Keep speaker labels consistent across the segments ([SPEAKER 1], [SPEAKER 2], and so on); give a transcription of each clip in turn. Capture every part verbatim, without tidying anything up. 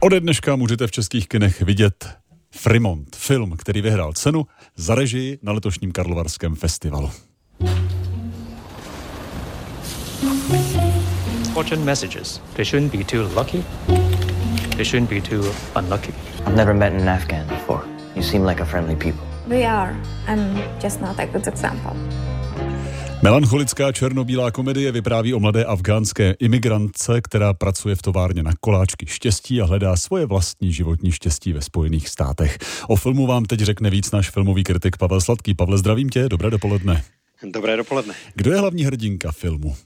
[SPEAKER 1] Ode dneška můžete v českých kinech vidět Frimont, film, který vyhrál cenu za režii na letošním Karlovarském festivalu.
[SPEAKER 2] Fortune messages. They shouldn't be too lucky. They shouldn't be too unlucky.
[SPEAKER 3] I've never met an Afghan before. You seem like a friendly people.
[SPEAKER 4] We are. I'm just not a good example.
[SPEAKER 1] Melancholická černobílá komedie vypráví o mladé afgánské imigrantce, která pracuje v továrně na koláčky štěstí a hledá svoje vlastní životní štěstí ve Spojených státech. O filmu vám teď řekne víc náš filmový kritik Pavel Sladký. Pavle, zdravím tě, dobré dopoledne.
[SPEAKER 5] Dobré dopoledne.
[SPEAKER 1] Kdo je hlavní hrdinka filmu?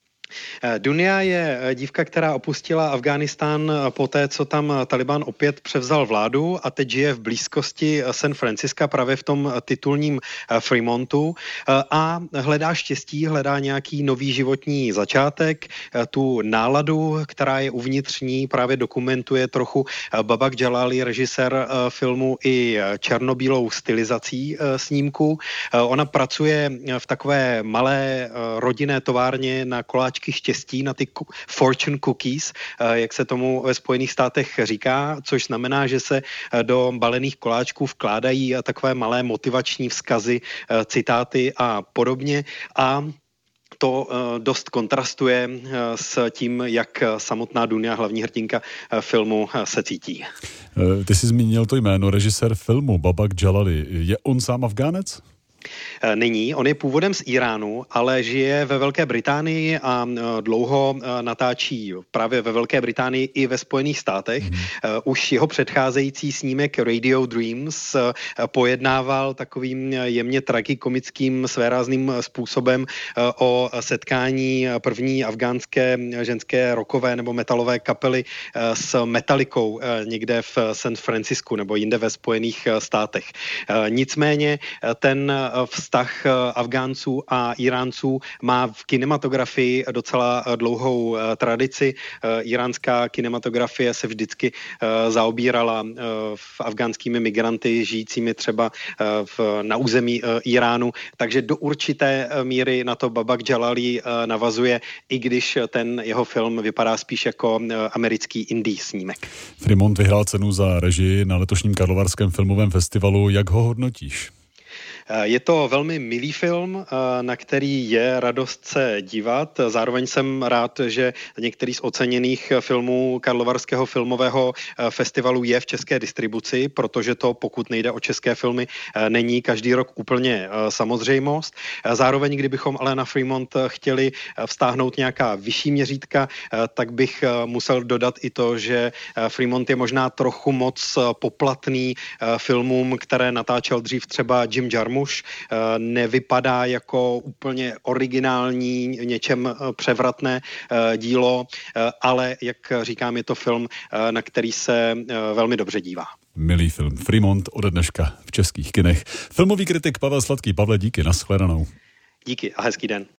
[SPEAKER 5] Dunia je dívka, která opustila Afghánistán poté, co tam Taliban opět převzal vládu a teď žije v blízkosti San Francisca, právě v tom titulním Fremontu a hledá štěstí, hledá nějaký nový životní začátek. Tu náladu, která je uvnitř ní, právě dokumentuje trochu Babak Jalali, režisér filmu, i černobílou stylizací snímku. Ona pracuje v takové malé rodinné továrně na koláč štěstí, na ty fortune cookies, jak se tomu ve Spojených státech říká, což znamená, že se do balených koláčků vkládají takové malé motivační vzkazy, citáty a podobně a to dost kontrastuje s tím, jak samotná Dunia, hlavní hrdinka filmu, se cítí.
[SPEAKER 1] Ty jsi zmínil to jméno, režisér filmu Babak Jalali. Je on sám Afgánec?
[SPEAKER 5] Není, on je původem z Iránu, ale žije ve Velké Británii a dlouho natáčí právě ve Velké Británii i ve Spojených státech. Mm. Už jeho předcházející snímek Radio Dreams pojednával takovým jemně tragikomickým svérázným způsobem o setkání první afgánské ženské rockové nebo metalové kapely s Metallicou někde v San Francisku nebo jinde ve Spojených státech. Nicméně ten vztah Afgánců a Iránců má v kinematografii docela dlouhou tradici. Iránská kinematografie se vždycky zaobírala v afgánskými migranty žijícími třeba v, na území Iránu, takže do určité míry na to Babak Jalali navazuje, i když ten jeho film vypadá spíš jako americký indie snímek.
[SPEAKER 1] Frimont vyhrál cenu za režii na letošním Karlovarském filmovém festivalu. Jak ho hodnotíš?
[SPEAKER 5] Je to velmi milý film, na který je radost se dívat. Zároveň jsem rád, že některý z oceněných filmů Karlovarského filmového festivalu je v české distribuci, protože to, pokud nejde o české filmy, není každý rok úplně samozřejmost. Zároveň, kdybychom ale na Fremont chtěli vztáhnout nějaká vyšší měřítka, tak bych musel dodat i to, že Fremont je možná trochu moc poplatný filmům, které natáčel dřív třeba Jim Jarmusch. Nevypadá jako úplně originální, něčem převratné dílo, ale jak říkám, je to film, na který se velmi dobře dívá.
[SPEAKER 1] Milý film Fremont ode dneška v českých kinech. Filmový kritik Pavel Sladký. Pavle, díky, nashledanou.
[SPEAKER 5] Díky a hezký den.